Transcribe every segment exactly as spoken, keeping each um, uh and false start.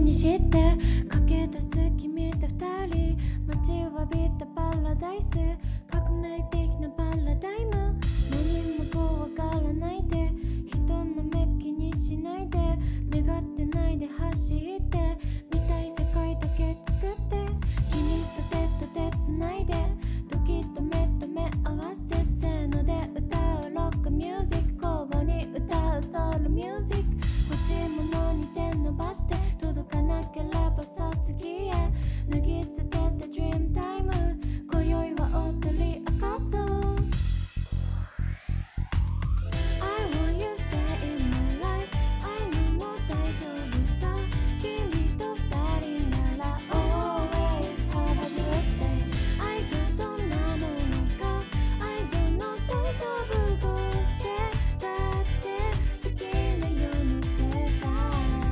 にして駆け出す君と二人待ちわびたパラダイス革命的なパラダイム何も怖がらないで人の目気にしないで願ってないで走って見たい世界だけ作って君と手と手つないで時と目と目合わせせーので歌うロックミュージック交互に歌うソウルミュージック欲しいものに手伸ばして届かなければさあ次へ脱ぎ捨てた Dream Time 今宵は踊り明かそう I want you stay in my life I know もう大丈夫さ君と二人なら Always have a good day I do どんなものか I don't know 大丈夫こうしてだって好きなようにしてさ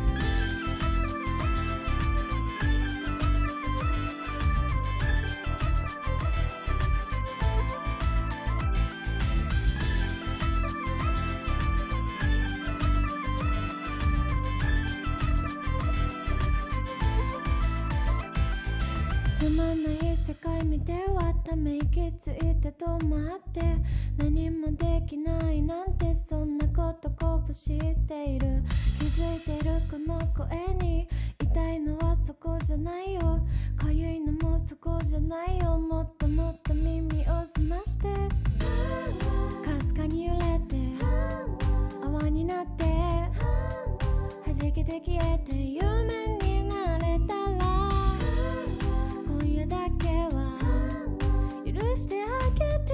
つまんない世界見てはため息ついて止まって何もできないなんてそんなことこぼしている気づいてるこの声に痛いのはそこじゃないよかゆいのもそこじゃないよもっともっと耳を澄ましてかすかに揺れて泡になって弾けて消えて夢になれたら今夜だけは許してあげて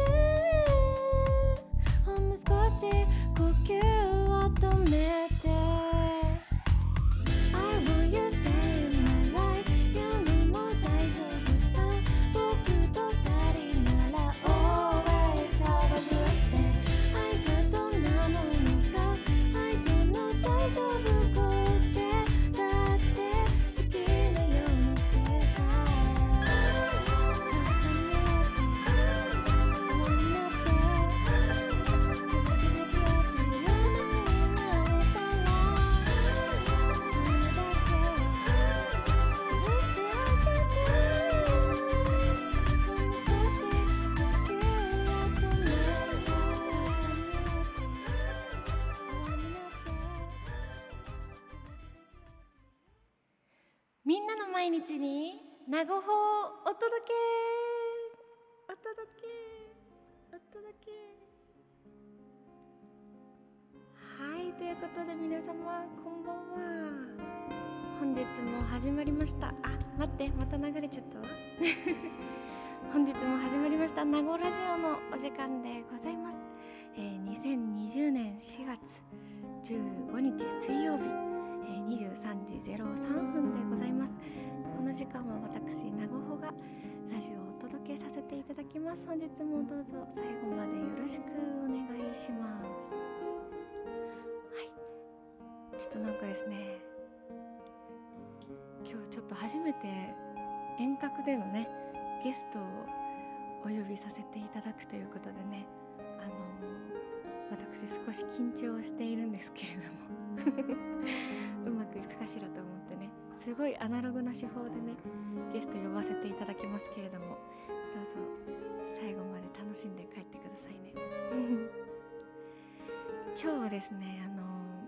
ほんの少し呼吸を止めて I want you stay in my life 夜も大丈夫さ僕と二人なら Always have a good day I got どんなものか I don't know 大丈夫こうしてだって好きなようにしてさかすかに揺れて泡になって弾けて消えて夢になれたら今夜だけは許してあげてほんの少し呼吸を止めて I want you stay in my life 夜も大丈夫さ僕と二人なら Always have a good day I got どんなものか I don't know 大丈夫こうしてだって好きなようにしてさかすかに揺れて泡になって弾けて消えて夢になれたら今夜だけは許してあげてほんの少し呼吸を止めてかすかに揺れて泡になってみんなの毎日に名護法をお届けお届けお届けはいということで皆様こんばんは本日も始まりましたあ待ってまた流れちゃったわ本日も始まりました名護ラジオのお時間でございます、えー、にせんにじゅうねんしがつじゅうごにち水曜日、えー、にじゅうさんじぜろさんぷんでございますこの時間は私名護穂がラジオをお届けさせていただきます本日もどうぞ最後までよろしくお願いしますはいちょっとなんかですね今日ちょっと初めて遠隔でのねゲストをお呼びさせていただくということでねあの私少し緊張しているんですけれどもうまくいくかしらと思ってねすごいアナログな手法でねゲスト呼ばせていただきますけれどもどうぞ最後まで楽しんで帰ってくださいね今日はですねあの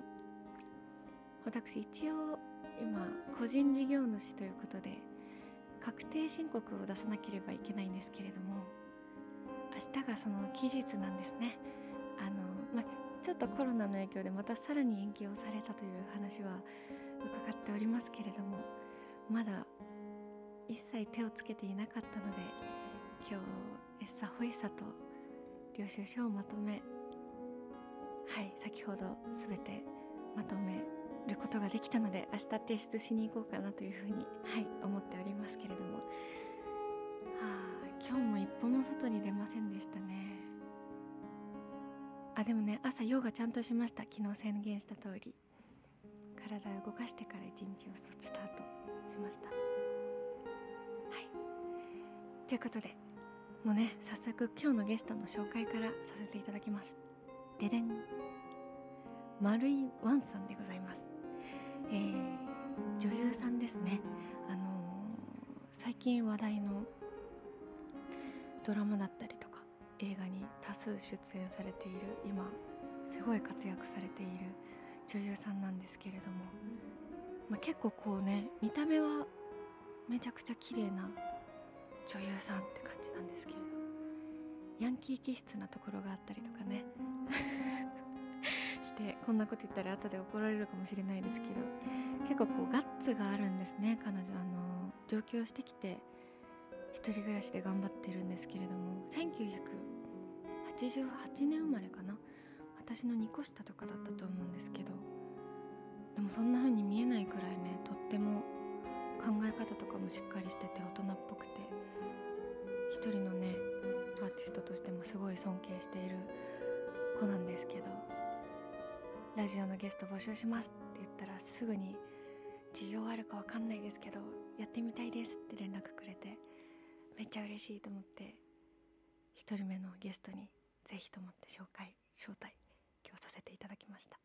私一応今個人事業主ということで確定申告を出さなければいけないんですけれども明日がその期日なんですねあの、ま、ちょっとコロナの影響でまたさらに延期をされたという話は伺っておりますけれどもまだ一切手をつけていなかったので今日えっさほいさと領収書をまとめはい先ほどすべてまとめることができたので明日提出しに行こうかなというふうに、はい、思っておりますけれども、はあ、今日も一歩も外に出ませんでしたねあでもね朝ヨガちゃんとしました昨日宣言した通り体を動かしてから一日をスタートしましたはいということでもうね早速今日のゲストの紹介からさせていただきますででん丸井ワンさんでございますえー、 女優さんですね。あのー最近話題のドラマだったりとか映画に多数出演されている、今すごい活躍されている女優さんなんですけれども、まあ、結構こうね、見た目はめちゃくちゃ綺麗な女優さんって感じなんですけれど、ヤンキー気質なところがあったりとかねして、こんなこと言ったら後で怒られるかもしれないですけど、結構こうガッツがあるんですね、彼女。あの上京してきて一人暮らしで頑張ってるんですけれども、せんきゅうひゃくはちじゅうはちねん生まれかな、私のにこ下とかだったと思うんですけど、でもそんな風に見えないくらいね、とっても考え方とかもしっかりしてて大人っぽくて、一人のねアーティストとしてもすごい尊敬している子なんですけど、ラジオのゲスト募集しますって言ったらすぐに需要あるか分かんないですけどやってみたいですって連絡くれて、めっちゃ嬉しいと思って一人目のゲストにぜひと思って紹介招待今日させていただきました。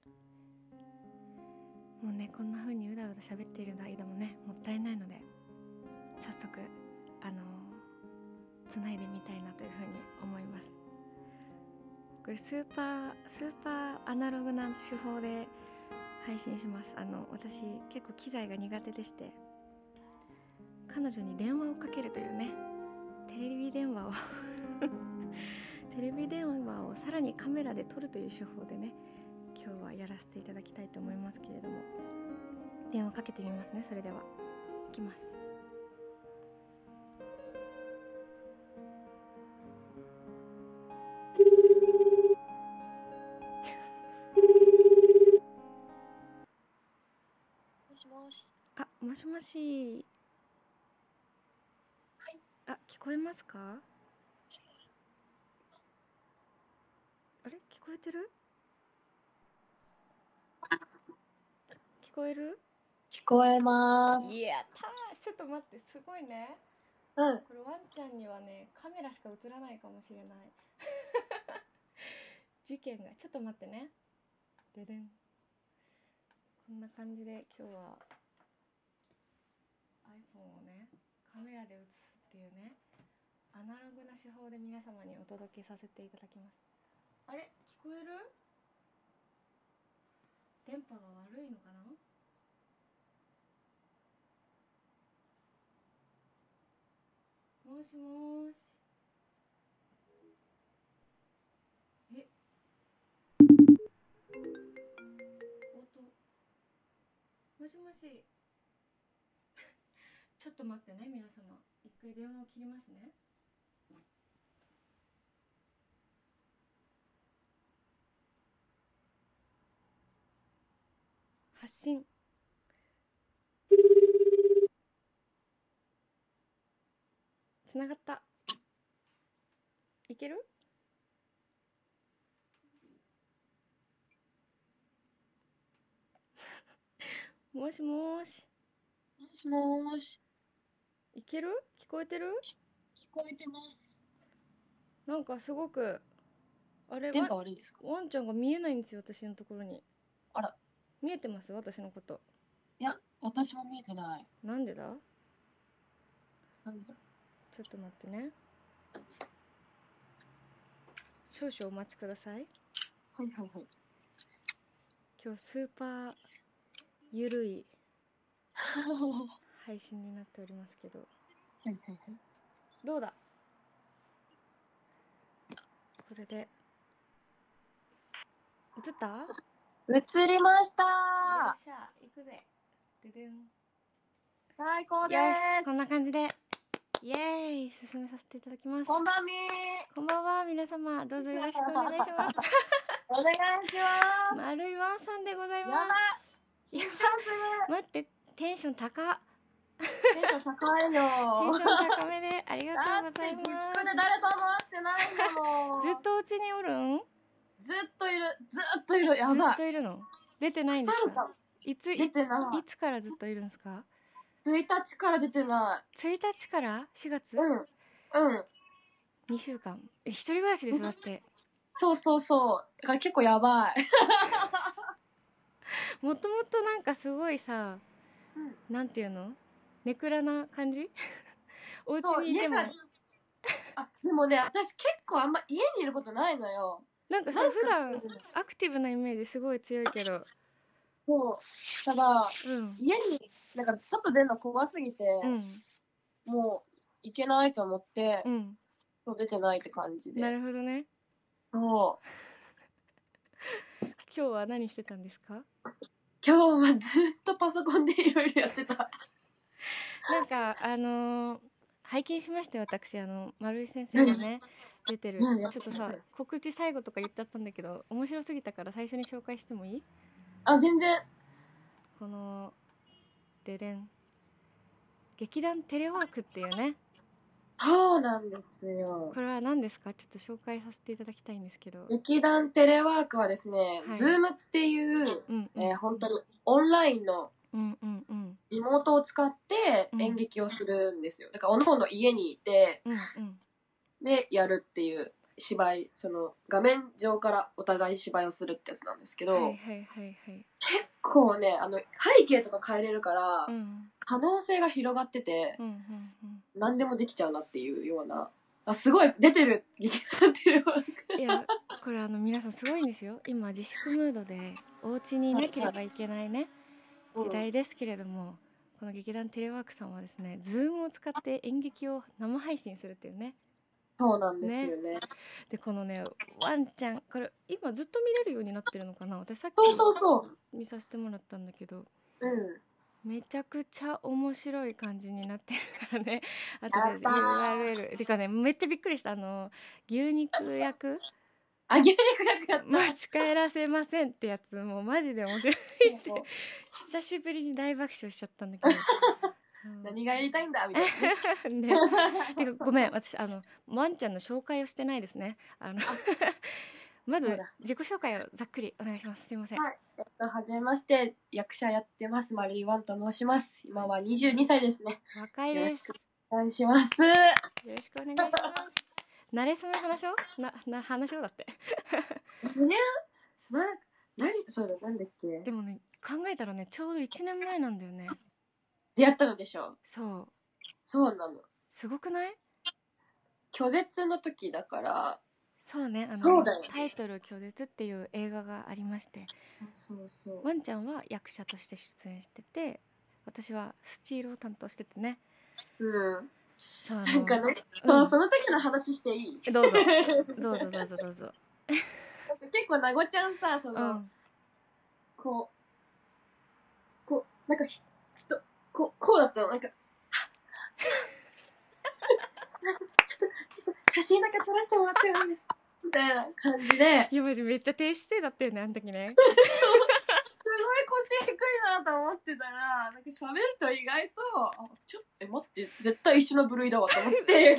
もうね、こんな風にうだうだ喋っている間もねもったいないので、早速あのー、つないでみたいなという風に思います。これスーパースーパーアナログな手法で配信します。あの私結構機材が苦手でして、彼女に電話をかけるというね、テレビ電話をテレビ電話をさらにカメラで撮るという手法でね、今日はやらせていただきたいと思いますけれども、電話かけてみますね。それではいきます。 もしもし。 あ、もしもし。 はい。 あ、聞こえますか？あれ、聞こえてる？聞こえる？ 聞こえます。 やったー。ちょっと待って、すごいね。 うん。 これワンちゃんにはねカメラしか映らないかもしれない事件が。ちょっと待ってね。ででん。こんな感じで今日は iPhone をねカメラで映すっていうね、アナログな手法で皆様にお届けさせていただきます。あれ、聞こえる？電波が悪いのかな？もしもーし。え、音。もしもし。ちょっと待ってね皆様、一回電話を切りますね。発信。つながった。いける？もしもーし。 もしもーし。 いける？聞こえてる？ 聞こえてます。 なんかすごくあれ、 電波悪いですか？ ワンちゃんが見えないんですよ、私のところに。 あら。 見えてます？私のこと。 いや、私も見えてない。 なんでだ？ なんでだろちょっと待ってね。少々お待ちください。 う。はいはいはい。 今日スーパーゆるい配信になっておりますけど、 はいはいはい。 どうだ？これで映った？よ映りましたっしゃ、行くぜ。ででん。 ー。最高でよし、 す。 こんな感じでイエーイ進めさせていただきます。 こんばんみー。 こんばんは、皆様どうぞよろしくお願いしますお願いします。 丸いワンさんでございます。 やばい。緊張する。 待って、テンション高っ。 テンション高いよ。 テンション高めでありがとうございます。 だって自粛で誰とも会ってないんだもん。 ずっとうちにおるん？ ずっといる。ずっといる。やばい。 ずっといるの？出てないんですか？いつ、 出てない。 いつからずっといるんですか？ ついたちから出てない。 ついたちからしがつ？ うんうん。 にしゅうかん。え、一人暮らしでしょだって。 そうそうそう。だから結構やばい。 もともとなんかすごいさ、 うんなんていうの、ネクラな感じお家そうにいても家があでもね私結構あんま家にいることないのよ。 なんかさなんか普段アクティブなイメージすごい強いけど、 そうただうん家になんか外出るの怖すぎて、 うんもう行けないと思って、 うんそう出てないって感じなで。 るほどね。 そう今日は何してたんですか？ 今日はずっとパソコンでいろいろやってた。 なんかあのー拝見しましたよ私、あの丸井先生がね出てる。 何やっちょっとさてる告知最後とか言っちゃったんだけど面白すぎたから最初に紹介してもいい？ あ全然。 このでれん劇団テレワークっていうね、 そうなんですよ。 これは何ですか？ちょっと紹介させていただきたいんですけど。 劇団テレワークはですね、 はいズームっていう、 うんうんえー本当にオンラインのうんうんうんリモートを使ってうん演劇をするんですよ。だから、おのおの家にいて、 うんうんで、やるっていう芝居、その画面上からお互い芝居をするってやつなんですけど、 はいはいはいはい結構ね、あの、背景とか変えれるから、 うん可能性が広がってて、 うんうん何でもできちゃうなっていうような、あ、すごい出てる劇団テレワーク。 うん。いやこれあの皆さんすごいんですよ。今自粛ムードでお家にいなければいけないね時代ですけれども、この劇団テレワークさんはですね、ズームを使って演劇を生配信するっていうね。 そうなんですよね。 でこのねワンちゃん、これ今ずっと見れるようになってるのかな。私さっそうそうそき見させてもらったんだけど、 う。うん。 めちゃくちゃ面白い感じになってるからね。あとでやったーユーアールエル てかね、めっちゃびっくりした。あの牛肉役あ、牛肉役やった。 間違えらせませんってやつ、もうマジで面白いってそう久しぶりに大爆笑しちゃったんだけどうん何がやりたいんだみたいなね。 ね、てかごめん、私あのワンちゃんの紹介をしてないですね。あのまずそうだ自己紹介をざっくりお願いします。すいません。 はい。えっと、はじめまして、役者やってます。マリーワンと申します。今はにじゅうにさいですね。 若いです。 お願いします。 よろしくお願いします。慣れその話をなな話をだって。 ね、その何そうだなんだっけ。 でもね考えたらねちょうどいちねんまえなんだよね。 出会ったのでしょ。 そうそうなの。 すごくない？ 拒絶の時だから。 そうね、あのそうだよねタイトル拒絶っていう映画がありまして、 そうそう。 ワンちゃんは役者として出演してて、私はスチールを担当しててね。 うん。 そうあのなんかね、 うんそうその時の話していい？ どうぞどうぞどうぞどうぞ。 なんか結構なごちゃんさ、その、 うんこうこうなんかひちょっとこうこうだったのなんかちょっと写真だけ撮らせてもらってもいいですみたいな感じで、 いやマジめっちゃ低姿勢だったよねあの時ね。 すごい腰低いなと思ってたら、なんか喋ると意外とあちょっとえ待って絶対一緒の部類だわと思って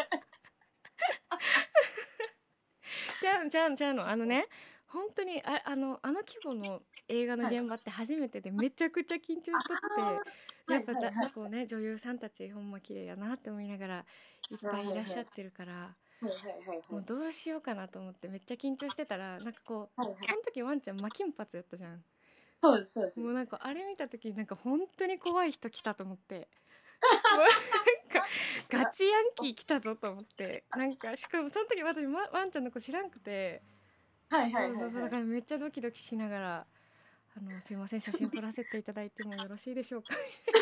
じゃあじゃあじゃあのあのね本当にああのあの規模の映画の現場って初めてでめちゃくちゃ緊張しとって、やっぱだ、 はいはいはいこうね女優さんたちほんま綺麗やなって思いながらいっぱいいらっしゃってるから、 はいはいはいもうどうしようかなと思ってめっちゃ緊張してたら、なんかこう、 はいはいその時ワンちゃん巻金髪やったじゃん。 そうですそうです。 もうなんかあれ見た時なんか本当に怖い人来たと思ってもうなんかガチヤンキー来たぞと思って、なんかしかもその時私ワワンちゃんの子知らんくて、 はいはいはいそうそうそうはい。 だからめっちゃドキドキしながら、あのすいません写真撮らせていただいてもよろしいでしょうか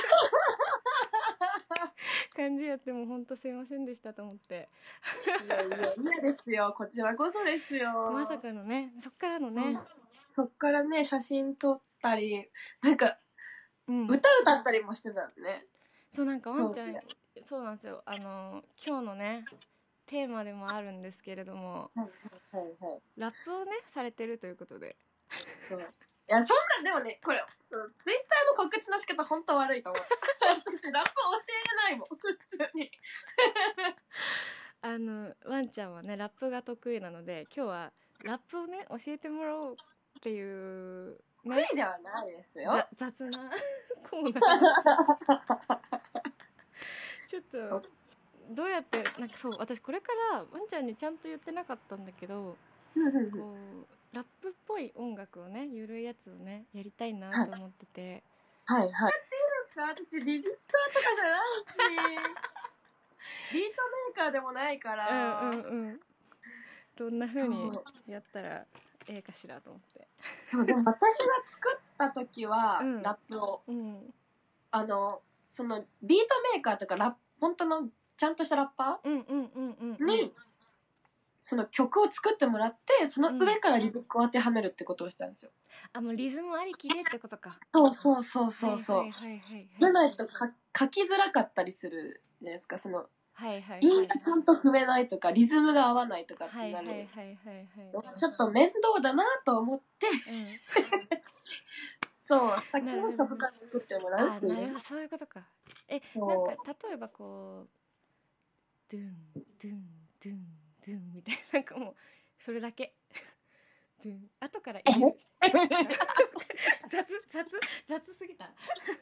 感じやって、もう本当すいませんでしたと思って。 いやいやいやですよ、こちらこそですよ。 まさかのね、そっからのね、 うんそっからね写真撮ったりなんかうん、 歌歌ったりもしてたんね。 そうなんかワンちゃんそうそうなんですよ。あの今日のねテーマでもあるんですけれども、 はいはいはいはい。 ラップをねされてるということで。 そういやそんなでもねこれそのツイッターの告知の仕方本当悪いと思う。私ラップ教えれないもん普通に。 あのワンちゃんはねラップが得意なので、今日はラップをね教えてもらおうっていう無ね理ではないですよ。 ざ雑なコーナーちょっとどうやってなんかそう私これからワンちゃんにちゃんと言ってなかったんだけど、こうラップっぽい音楽をねゆるいやつをねやりたいなと思ってて、 はいはい。 私リリッターとかじゃないしビートメーカーでもないから、 うんうんうん。どんな風にそうやったらええかしらと思って。 そうでも私が作った時は、 うんラップをうんあのそのビートメーカーとかラップ本当のちゃんとしたラッパうんうんうんうんーに、その曲を作ってもらってその上うんからリブックを当てはめるってことをしたんですよ。 あ、もうリズムありきでってことか。 そうそうそうそうそう。 はいはいはいはいじゃないとか書きづらかったりするじゃないですか。そのはいはいはい韻がちゃんと踏めないとかリズムが合わないとかってはいなる、 はいはいはいはい。 ちょっと面倒だなと思ってうんそう先なるほどに曲から作ってもらうあ、 っていうなるほどそういうことか。え、 そうなんか例えばこうドゥンドゥンドゥンドゥンみたいな、なんかもうそれだけドゥン後から入れる雑雑雑すぎた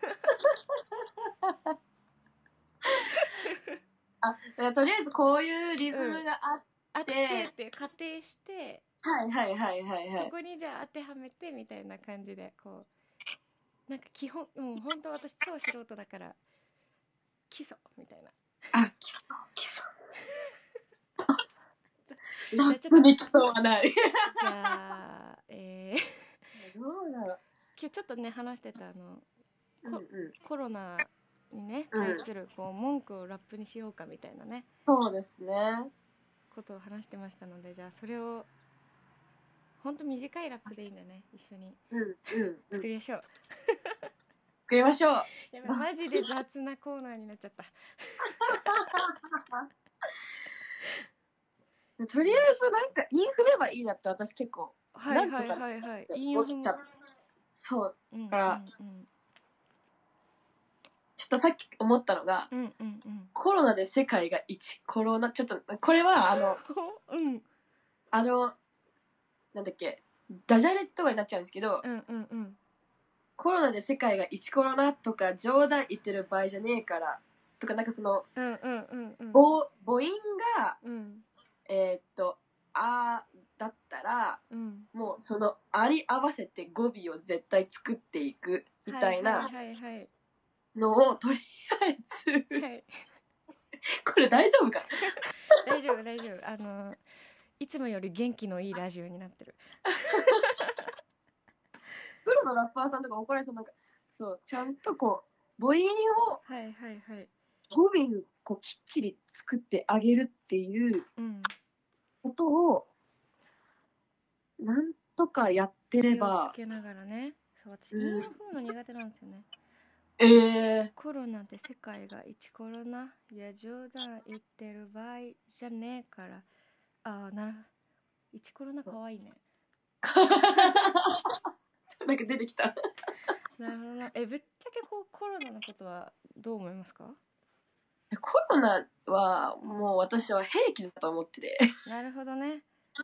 あだからとりあえずこういうリズムがあっあってって仮定して、 はいはいはいはいはいそこにじゃあ当てはめてみたいな感じでこうなんか基本もう本当私超素人だから基礎みたいな。 あ基礎基礎ラッじゃあちょっとプに基礎はないじゃあえー、 どうだろう今日ちょっとね話してたあのうんうんコロナにねうん対するこう文句をラップにしようかみたいなねそうですねことを話してましたので、じゃあそれをほんと短いラップでいいんだね、一緒にうんうんうん作りましょう。 作りましょうやばいマジで雑なコーナーになっちゃったとりあえずなんかインフレばいいなって私結構はいはいはいはいインフレそううんからうんちょっとさっき思ったのが、 うんうんうんコロナで世界が一コロナちょっとこれはあのうんあのなんだっけダジャレとかになっちゃうんですけど、 うんうんうんコロナで世界が一コロナとか冗談言ってる場合じゃねえからとかなんかそのうんうんうんうん母母音がうんえーっとあだったらうんもうそのあり合わせて語尾を絶対作っていくみたいなはいはいはいのをとりあえずはい、はい、 これ大丈夫か大丈夫大丈夫あのいつもより元気のいいラジオになってるプロのラッパーさんとか怒られそうなんかそうちゃんとこう母音をはいはいはい語尾をこうきっちり作ってあげるっていううんことをなんとかやってれ気をばつけながらね。そう私うん韻を踏むの苦手なんですよね。 えー、 コロナで世界が一コロナいや冗談言ってる場合じゃねえからああなる一コロナかわいいねなんか出てきたなるほどな。えぶっちゃけこうコロナのことはどう思いますか？ コロナはもう私は兵器だと思っててなるほどね。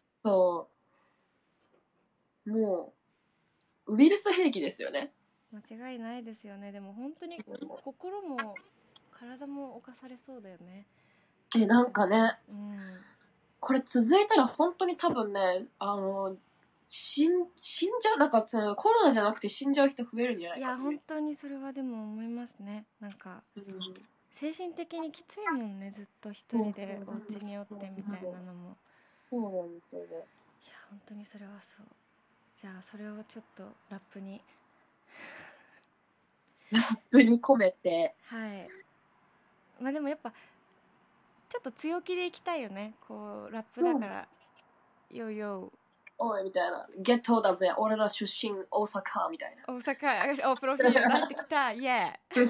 そうもうウイルス兵器ですよね間違いないですよね。でも本当に心も体も侵されそうだよね。 えなんかねうんこれ続いたら本当に多分ねあの死ん死んじゃうなんかそのコロナじゃなくて死んじゃう人増えるんじゃないいかってや本当にそれはでも思いますね。なんかうん精神的にきついもんね、ずっと一人でお家におってみたいなのも。 そうなんですよねいや本当にそれはそう。じゃあそれをちょっとラップにラップに込めてはいまあでもやっぱちょっと強気でいきたいよね。こうラップだからヨーヨおいみたいなゲットだぜ俺ら出身大阪みたいなー大阪おプロフィール出してきたイエー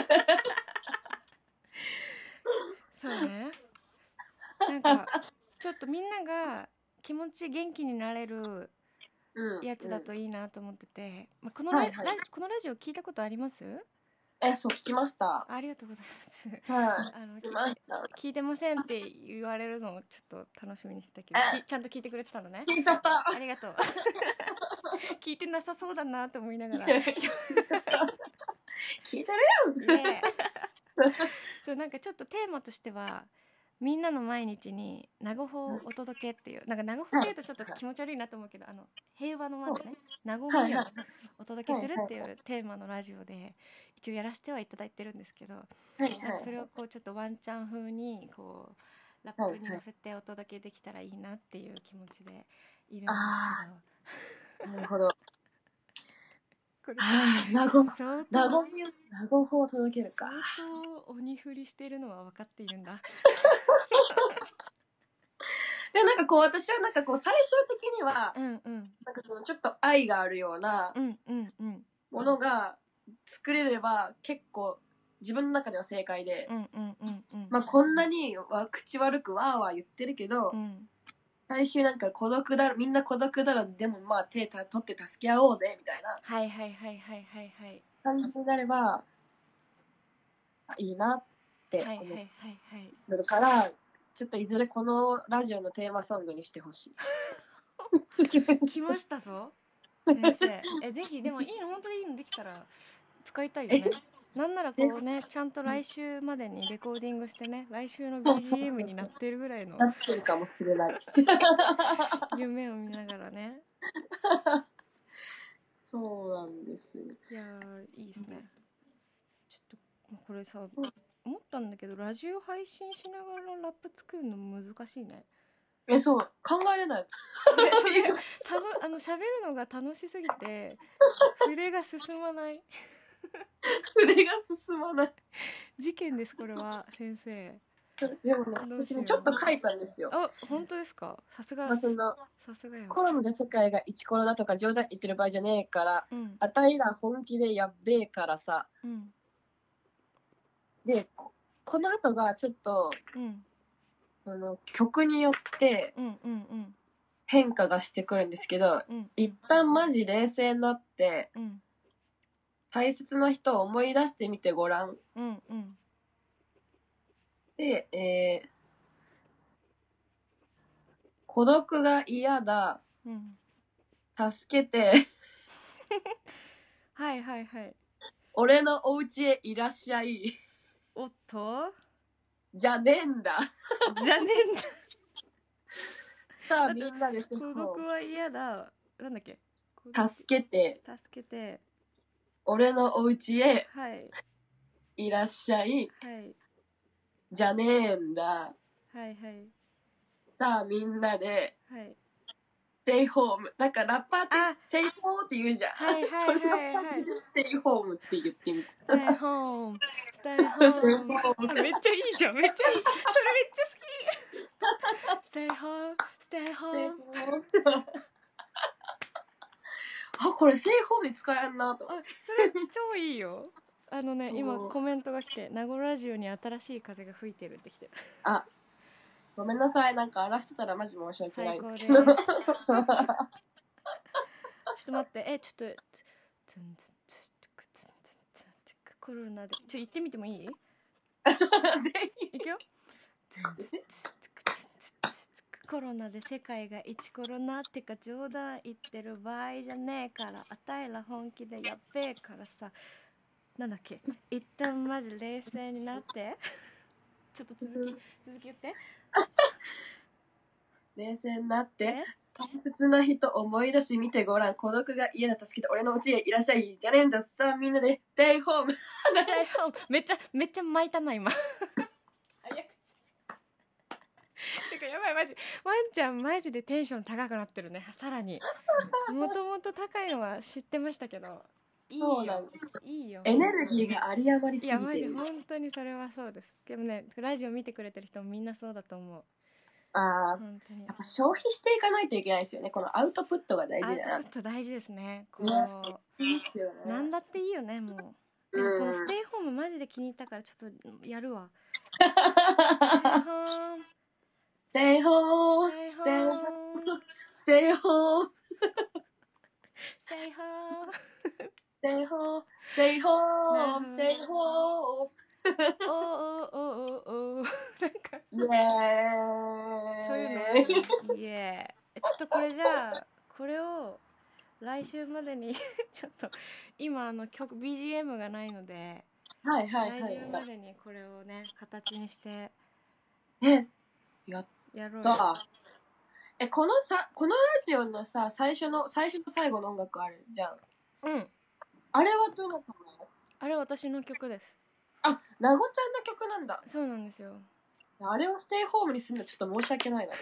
そうね。なんかちょっとみんなが気持ち元気になれるやつだといいなと思ってて、まあ、このラ、 はいはいラこのラジオ聞いたことあります？ えそう聞きましたありがとうございますはいあの聞きました聞いてませんって言われるのをちょっと楽しみにしてたけどきちゃんと聞いてくれてたのね。 聞いちゃったありがとう聞いてなさそうだなと思いながら聞いちゃった聞いてるイエーそうなんかちょっとテーマとしてはみんなの毎日に名護法をお届けっていう、なんか名護法っていうとちょっと気持ち悪いなと思うけど、あの平和の輪でね、名護みをお届けするっていうテーマのラジオで一応やらせてはいただいてるんですけど、 はいはいなんかそれをこうちょっとワンチャン風にこうラップに乗せてお届けできたらいいなっていう気持ちでいるんですあけど、 ーなるほど。 これあー名護相当名護名護法を届けるか。 相当鬼振りしてるのは分かっているんだ。 でなんかこう私はなんかこう最終的には、 うんうんなんかそのちょっと愛があるようなうんうんうんものが作れれば結構自分の中では正解で、 うんうんうんうんまあこんなには口悪くわーわー言ってるけど、 うん最終なんか孤独だろ、みんな孤独だろ、でもまあ手た取って助け合おうぜみたいなはいはいはいはいはいはい感じになればあいいなってはいはい思っはいはいてるから、ちょっといずれこのラジオのテーマソングにしてほしい。 来ましたぞ先生。えぜひでもいいの本当にいいのできたら使いたいよね。なんならこうねちゃんと来週までにレコーディングしてね、来週の ビージーエム になってるぐらいのなってるかもしれない。 夢を見ながらね。 そうなんですよ。 いやーいいですね。ちょっとこれさ思ったんだけど、ラジオ配信しながらラップ作るの難しいね。 え、そう考えれない。 それそれたのあの喋るのが楽しすぎて筆が進まない。 筆が進まない。 事件ですこれは先生。 でもね、 どうしよう私もちょっと書いたんですよ。 あ本当ですか。さすが、 まあ、そのさすがよ。 コロナで世界がイチコロだとか冗談言ってる場合じゃねえから、 うんあたいら本気でやっべえからさ。 うんで こ, この後がちょっとうんその曲によってうんうんうん変化がしてくるんですけど、 うん一旦マジ冷静になってうん大切な人を思い出してみてごらん。 うんうんで、えー孤独が嫌だ、 うん助けてはいはいはい。 俺のお家へいらっしゃいおっとじゃねえんだ。 じゃねえんだ。 さあだってみんなで孤独は嫌だ。なんだっけ。 助けて助けて。 俺のお家へはいいらっしゃいはいじゃねえんだ。 はいはいさあみんなではいステイホーム。なんかラッパーってあステイホーって言うじゃん。 はいはいそれのはいはい感じでステイホームって言ってみた。 ステイホームステイホそうステイーム。 ホーム。 あめっちゃいいじゃん。めっちゃいい。それめっちゃ好き。ステイホームステイホーム。 あ、これステイホームに使えんなと。 あそれ超いいよ。あのね今うんコメントが来て、名護ラジオに新しい風が吹いてるって来てる。 あ、ごめんなさい。なんか荒らしてたらマジ申し訳ない最ですけど。 高です。ちょっと待って、えちょっとツンツンツンツンツンツンツンコロナでちょ行ってみてもいい？ ぜひいくよ。ツンツンツンツンツンツンツンコロナで世界がイチコロなってか冗談言ってる場合じゃねえから、あたいら本気でやっべえからさ。なんだっけ、一旦マジ冷静になってちょっと続き続き言って。 冷静になってえ大切な人思い出してみてごらん。孤独が嫌だ助けて俺の家へいらっしゃいじゃねえんだ。さあみんなでステイホーム。 ステイホーム。めっちゃめっちゃ巻いたな今早口てかやばいマジワンちゃんマジでテンション高くなってるね。さらにもともと高いのは知ってましたけど、いいよそうなんです。 いいよ。 エネルギーが有り余りすいやマジぎてる。 本当にそれはそうです。でもねラジオ見てくれてる人もみんなそうだと思う。 ああ、 本当にやっぱ消費していかないといけないですよね。このアウトプットが大アウ事だな。 トプット大事ですね。こういいっすよね。 なんだっていいよねもう。でもこのステイホームマジで気に入ったからちょっとやるわ。ステイホームステイホームステイホームステイホームステイホームステイホームステイホームステイホームおーおーおーおーおーなんかイエーイそういうのある。イエーイ。ちょっとこれじゃあこれを来週までにちょっと今あの曲 ビージーエム がないので、 はいはいはい来週までにこれをね形にしてね、やっやろうよ。 た。え、このさ、このラジオのさ、最初の、最初と最後の音楽あるじゃん。 うん。 あれはどなたのやつ？ あれ私の曲です。 あ、なごちゃんの曲なんだ。 そうなんですよ。 あれをステイホームにするのちょっと申し訳ないな。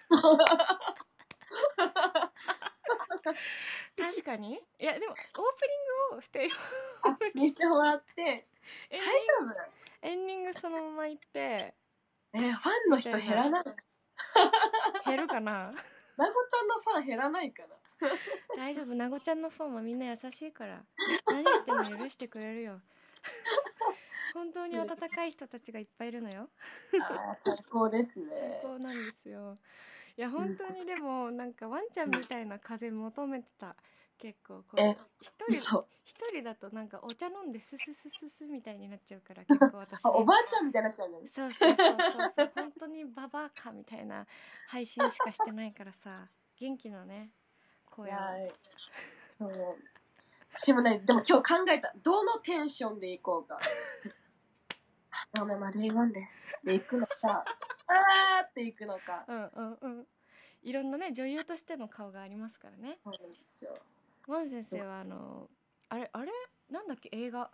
確かに。いやでもオープニングをステイホあ、見してもらってエ大ン丈夫だよ。 エンディングそのまま行ってえーファンの人減らない？ 減るかな。 なごちゃんのファン減らないかな？ 大丈夫、なごちゃんのファンはみんな優しいから何しても許してくれるよ。本当に温かい人たちがいっぱいいるのよ。 あー最高ですね。 最高なんですよ。いや本当にでもなんかワンちゃんみたいな風求めてた。結構こうえ、 一人そう。 一人だとなんかお茶飲んでスススススみたいになっちゃうから結構私あ、おばあちゃんみたいになっちゃうね。 そうそうそうそうそう本当にババアかみたいな配信しかしてないからさ、元気なね声を。 はい。そう。私もね、でも今日考えた。どのテンションでいこうか。どうもマリーゴンです。で行くのか、あーって行くのか。 うんうんうん。いろんなね女優としての顔がありますからね。 そうなんですよ。 ワン先生はあのあれあれなんだっけ映画。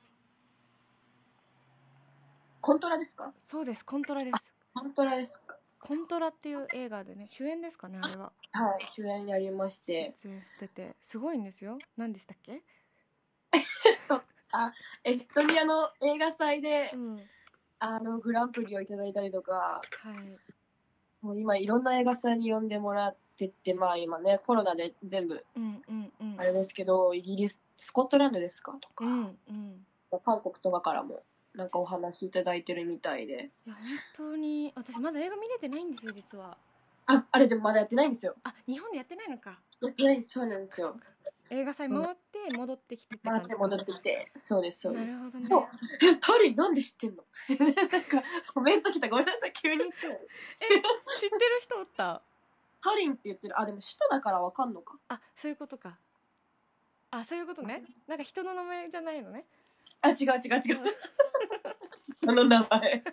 コントラですか？ そうですコントラです。 コントラですか？ コントラっていう映画でね主演ですかねあれは。 はい、主演やりまして。 出演しててすごいんですよ。何でしたっけ？ あ、エストニアの映画祭で、 うん、 あのグランプリをいただいたりとか、 はい。 もう今いろんな映画祭に呼んでもらってて、まあ今ねコロナで全部うんうんうんあれですけど、イギリス、スコットランドですかとか、 うんうん。 韓国とかからもなんかお話いただいてるみたいで。 いや本当に私まだ映画見れてないんですよ実は。 あ、あれでもまだやってないんですよ。 あ、日本でやってないのか。 やってないんです。そうなんですよ。 映画祭回って戻ってきてって回っ感じか。 て戻ってきて、そうですそうです。 なるほどね。 そう。え、タリンなんで知ってんの？なんかコメント来た。ごめんなさい急に言っちゃう。 え、知ってる人おった？ タリンって言ってる。あ、でも首都だからわかんのか。 あ、そういうことか。あ、そういうことね。なんか人の名前じゃないのね。 あ、違う違う違う。あの名前。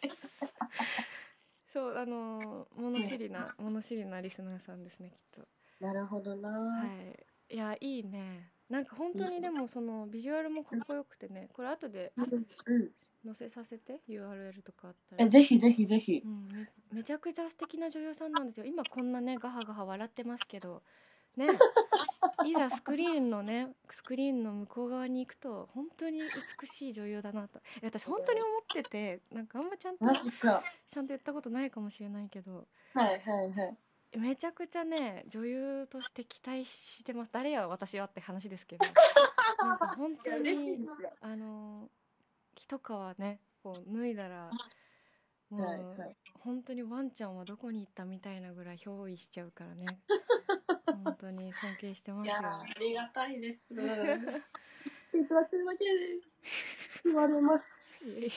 そう、あのー、物知りな物知りなリスナーさんですねきっと。 なるほどな。 はい。いやいいね。なんか本当にでもそのビジュアルもかっこよくてね。これ後でうんうん。 載せさせて ユーアールエル とかあったら。 え、ぜひぜひぜひう。ん、めめちゃくちゃ素敵な女優さんなんですよ。今こんなねガハガハ笑ってますけどね。いざスクリーンのねスクリーンの向こう側に行くと本当に美しい女優だなと。え私本当に思ってて、なんかあんまちゃんとマジか。 ちゃんと言ったことないかもしれないけど、 はいはいはい。 めちゃくちゃね女優として期待してます。誰や私はって話ですけど、なんか本当いや嬉しいにですよ。 あの一皮ねこう脱いだらもう、 はいはい。 本当にワンちゃんはどこに行ったみたいなぐらい憑依しちゃうからね。本当に尊敬してますよ。 いやありがたいです。いただけるだけで救われます。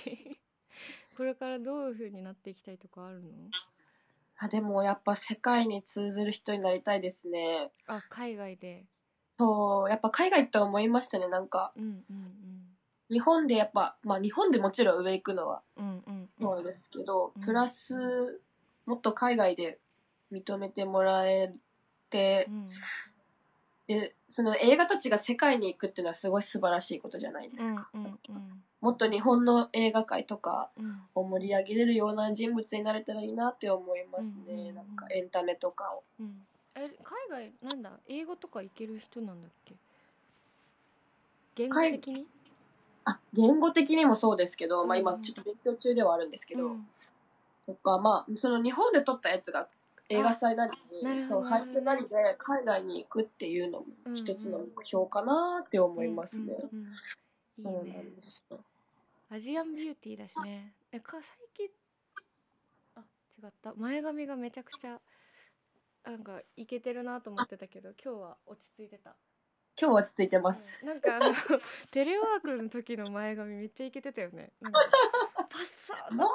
これからどういう風になっていきたいとかあるの？ あ、でもやっぱ世界に通ずる人になりたいですね。 あ、海外で。 そう、やっぱ海外って思いましたね。なんかうんうん日本でやっぱ、まあ日本でもちろん上行くのはうんうんうんそうですけど、 うんプラスもっと海外で認めてもらえてう、んでその映画たちが世界に行くっていうのはすごい素晴らしいことじゃないでうんすか。 うんうんもっと日本の映画界とかうんを盛り上げれるような人物になれたらいいなって思いますね。 うんうんうんなんかエンタメとかを。 うん。え、海外なんだ英語とかいける人なんだっけ？言語的に？ あ、言語的にもそうですけど、まあうんうん今ちょっと勉強中ではあるんですけど、 うんとかまあその日本で撮ったやつが映画祭なりになるほどそう入ってなりで海外に行くっていうのも一つの目標かなって思いますね。 うんうんうんいいそうなんね。 ですよ。 アジアンビューティーだしね。え、か最近あ違った前髪がめちゃくちゃなんかイケてるなと思ってたけど今日は落ち着いてた。 今日は落ち着いてます。 うん、なんかあのテレワークの時の前髪めっちゃイケてたよね。なんかパッサーもう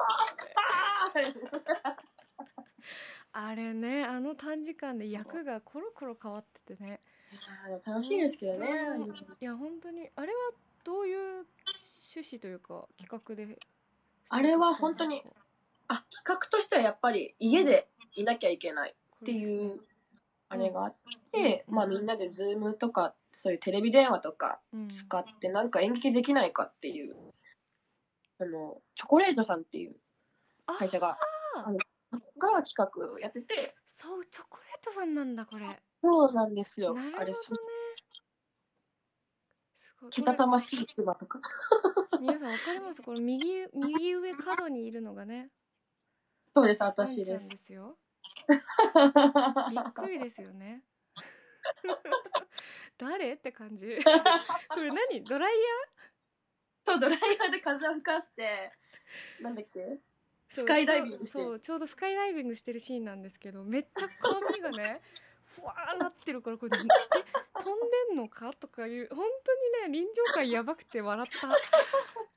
あれねあの短時間で役がコロコロ変わっててね。 楽しいですけどね。 いや本当にあれはどういう趣旨というか企画であれは本当にあ、企画としてはやっぱり家でいなきゃいけないっていうあれがあって、 うんまあみんなでズームとかそういうテレビ電話とか使ってなんか演劇できないかっていう、そのチョコレートさんっていう会社があのが企画をやってて、 そうチョコレートさんなんだこれ。 そうなんですよ。 なるほどね。 あれすごい。 けたたましい熊とか。 皆さんわかります？これ右右上角にいるのがね。 そうです、私です。 あんちゃんですよ。びっくりですよね。誰って感じ。これ何？ドライヤー？そう、ドライヤーで風を吹かしてなんだっけ、スカイダイビングしてる。 そう、ちょうどスカイダイビングしてるシーンなんですけど、めっちゃ髪がねふわーなってるから、これえ飛んでんのかとかいう、本当にね臨場感やばくて笑った。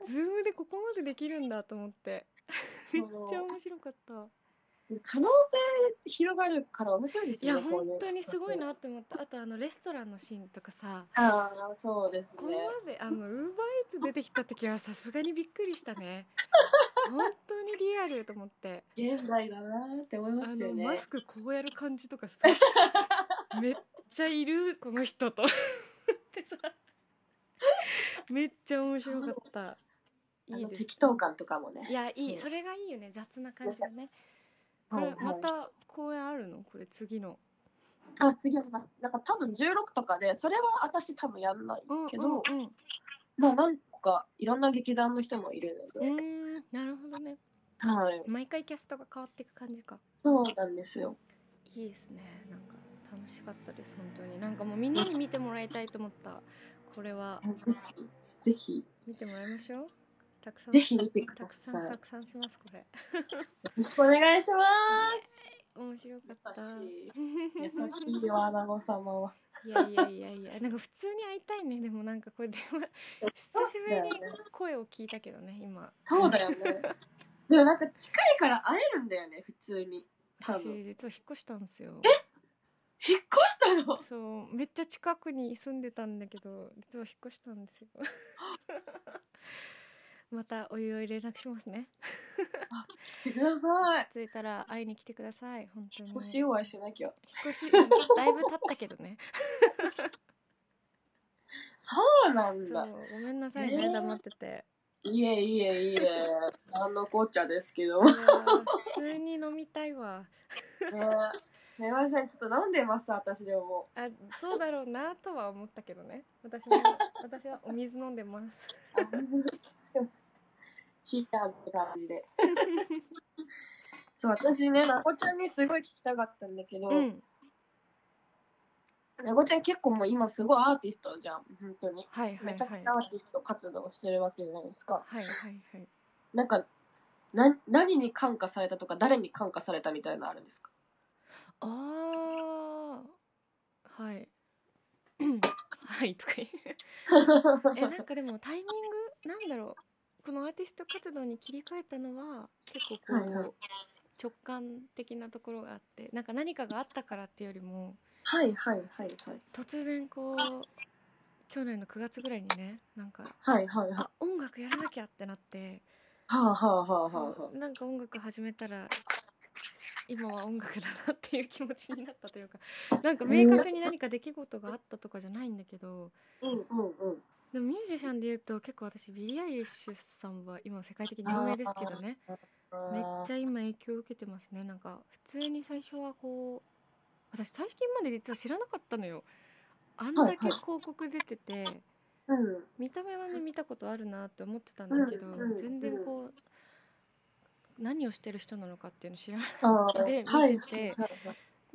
ズームでここまでできるんだと思ってめっちゃ面白かった。 可能性広がるから面白いですよね。 いや本当にすごいなって思った。あとあのレストランのシーンとかさ、 ああそうですね。 ここまであのウーバーイーツ出てきた時はさすがにびっくりしたね。本当にリアルと思って。 現代だなって思いますよね。 あのマスクこうやる感じとかさめっちゃいるこの人とってさめっちゃ面白かった。 いいです。適当感とかもね。 いやいい、それがいいよね、雑な感じがね。これまた公演あるの？これ次の。 あ、次あります。なんか多分じゅうろくとかで、それは私多分やんないけど、うんうんうん、まあ何個かいろんな劇団の人もいるので。 うーん、なるほどね。 はい。 毎回キャストが変わっていく感じか。 そうなんですよ。 いいですね。なんか楽しかったです本当に。なんかもうみんなに見てもらいたいと思った。これは。 ぜひぜひ見てもらいましょう。たくさんぜひ見てください。 たくさんたくさんしますこれ。よろしくお願いします。 面白かった。 優しいよアナゴ様は。 いやいやいやいや、なんか普通に会いたいね。でもなんかこれ電話久しぶりに声を聞いたけどね今。そうだよね。 でもなんか近いから会えるんだよね普通に。 私実は引っ越したんですよ。 え？引っ越したの？ そうめっちゃ近くに住んでたんだけど実は引っ越したんですよ。またおいおい連絡しますね。 してください。 落ち着いたら会いに来てください本当に。 引っ越しお会いしなきゃ。 引っ越しだいぶ経ったけどね。 そうなんだ。 そうごめんなさいね、えー、黙ってて。 いえいえいえ、あのこっちゃですけど。 いや普通に飲みたいわ。 ね、すみません、ちょっと飲んでます私でも。 あ、そうだろうなとは思ったけどね。私も私はお水飲んでます。 あ、水聞いたって感じで。そう私ね、なこちゃんにすごい聞きたかったんだけど。うん、なこちゃん結構もう今すごいアーティストじゃん本当に、はいはいはい、めちゃくちゃアーティスト活動してるわけじゃないですか。はいはいはい。なんかな何に感化されたとか誰に感化されたみたいなのあるんですか？ ああはいはいとか言うえなんかでもタイミングなんだろう、このアーティスト活動に切り替えたのは結構こう、はいはい、直感的なところがあって、なんか何かがあったからっていうよりもはいはいはいはい。 突然こう去年のくがつぐらいにね、なんか、 はいはいはい、 あ音楽やらなきゃってなって、 はあはあはあはあ、 なんか音楽始めたら今は音楽だなっていう気持ちになったというか、なんか明確に何か出来事があったとかじゃないんだけど、 うんうんうん、でもミュージシャンでいうと結構私ビリー・アイリッシュさんは今世界的に有名ですけどね、めっちゃ今影響を受けてますね。なんか普通に最初はこう私最近まで実は知らなかったのよ。あんだけ広告出てて、はいはい、うん、見た目はね見たことあるなって思ってたんだけど、うんうん、全然こう何をしてる人なのかっていうの知らないで見てて、はいはいはい、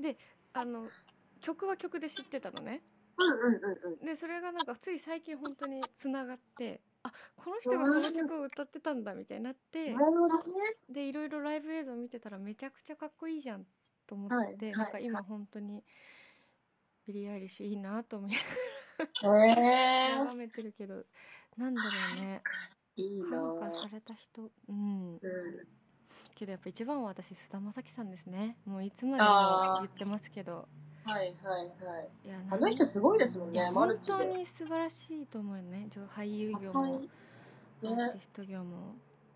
であの曲は曲で知ってたのね、うんうんうんうん、でそれがなんかつい最近本当につながって、あこの人がこの曲を歌ってたんだみたいになって、でいろいろライブ映像見てたらめちゃくちゃかっこいいじゃんと思って、はいはい、なんか今本当にビリー・アイリッシュいいなと思いながら眺めてるけど、なんだろうね、いい感化された人、うん、うん、けどやっぱ一番は私菅田将暉さんですね。もういつまでも言ってますけど、 はいはいはい、いやあの人すごいですもんね。 本当に素晴らしいと思うよね。俳優業も、ね、アーティスト業も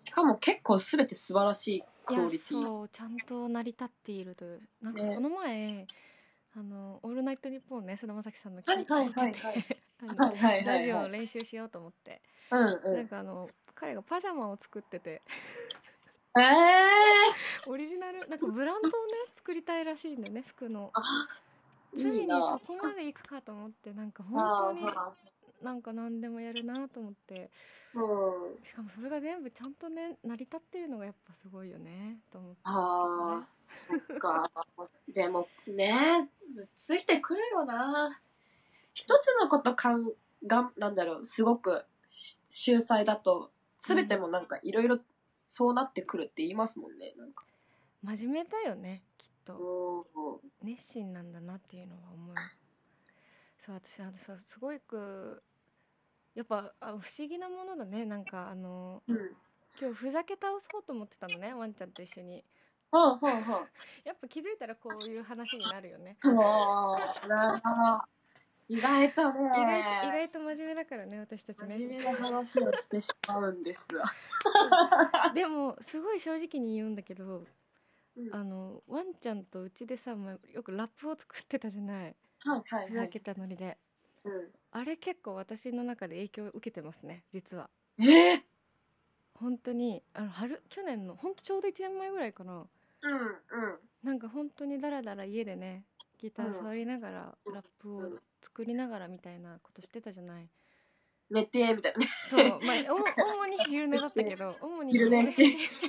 しかも結構すべて素晴らしいクいやオリティ。 そうちゃんと成り立っているという。なんかこの前、あのオールナイトニッポンね菅田将暉さんの聞はいはい聞いはいはいててあのはいはいはラジオいはい。 の練習しようと思って、 うんうん。 なんかあの彼がパジャマを作っててええオリジナルなんかブランドをね作りたいらしいんだよね、服の。 あ、 ついいな。 いにそこまで行くかと思って、なんか本当にはあはあ。 なんか何でもやるなと思って、 うん。 しかもそれが全部ちゃんとね成り立ってるのがやっぱすごいよねと思ったんああ、 ですけどね。 そっか。でもね、ついてくるよな。一つのことかんがなんだろう、すごく秀才だと全てもなんかいろいろそうなってくるって言いますもんね。なんか。 真面目だよねきっと。 うん。 熱心なんだなっていうのは思う。そう私あのさすごくやっぱあ不思議なものだね。なんかあのうん。 今日ふざけ倒そうと思ってたのね、ワンちゃんと一緒に。 はあはあはやっぱ気づいたらこういう話になるよね。 あ。もう、なんか意外とね、 意外と意外と真面目だからね私たちね。 真面目な話をしてしまうんですわ。 でもすごい正直に言うんだけど、 うん、 あのワンちゃんとうちでさ、まあ、よくラップを作ってたじゃない、 はいはいはい。 ふざけたノリで。 うん、 あれ結構私の中で影響を受けてますね実は。 えー、 本当にあの春去年の本当ちょうどいちねんまえぐらいかな。 うんうんなんか本当にダラダラ家でねギター触りながら、 うんラップを作りながらみたいなことしてたじゃない。 寝てみたいなね。 そうまあお主に昼寝だったけど主に昼寝して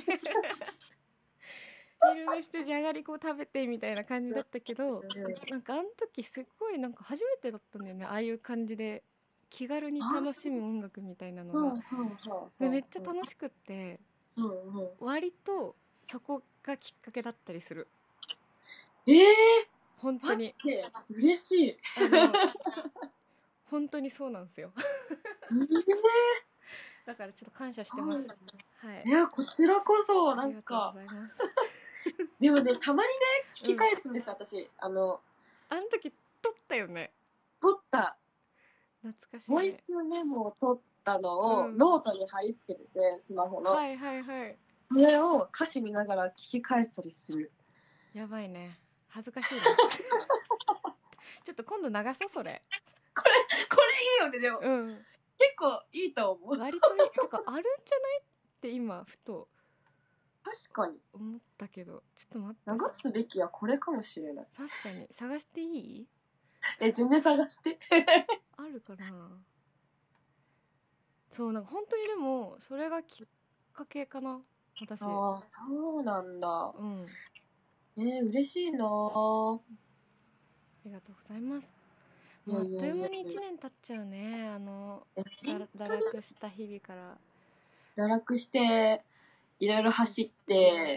昼寝してじゃがりこを食べてみたいな感じだったけど、なんかあの時すごいなんか初めてだったんだよね、ああいう感じで気軽に楽しむ音楽みたいなのが。でめっちゃ楽しくって、 うんうん、 割とそこがきっかけだったりする。 えー、 本当に嬉しい。 あの本当にそうなんですよ。 えー、 だからちょっと感謝してます。はい。 いやこちらこそなんありがとうごかざいます。 でもねたまにね聞き返すんです、うん、私あのあの時撮ったよね。 撮った懐かしい、ね、 ボイスメモを撮ったのをノートに貼り付けてて、スマホの、 はいはいはい、 それを歌詞見ながら聞き返したりする。 やばいね、恥ずかしいねちょっと今度流そうそれ。 これこれいいよね。でも、うん、結構いいと思う。 割といいとかあるんじゃないって今ふと確かに思ったけど、ちょっと待って、 流すべきはこれかもしれない。 確かに探していい？ え全然探してあるかな。そうなんか本当にでもそれがきっかけかな私。 ああそうなんだ。 うん。 えー、嬉しいな。ありがとうございます。もうあっという間にいちねん経っちゃうね。あのだ堕落した日々から。 堕落していろいろ走って、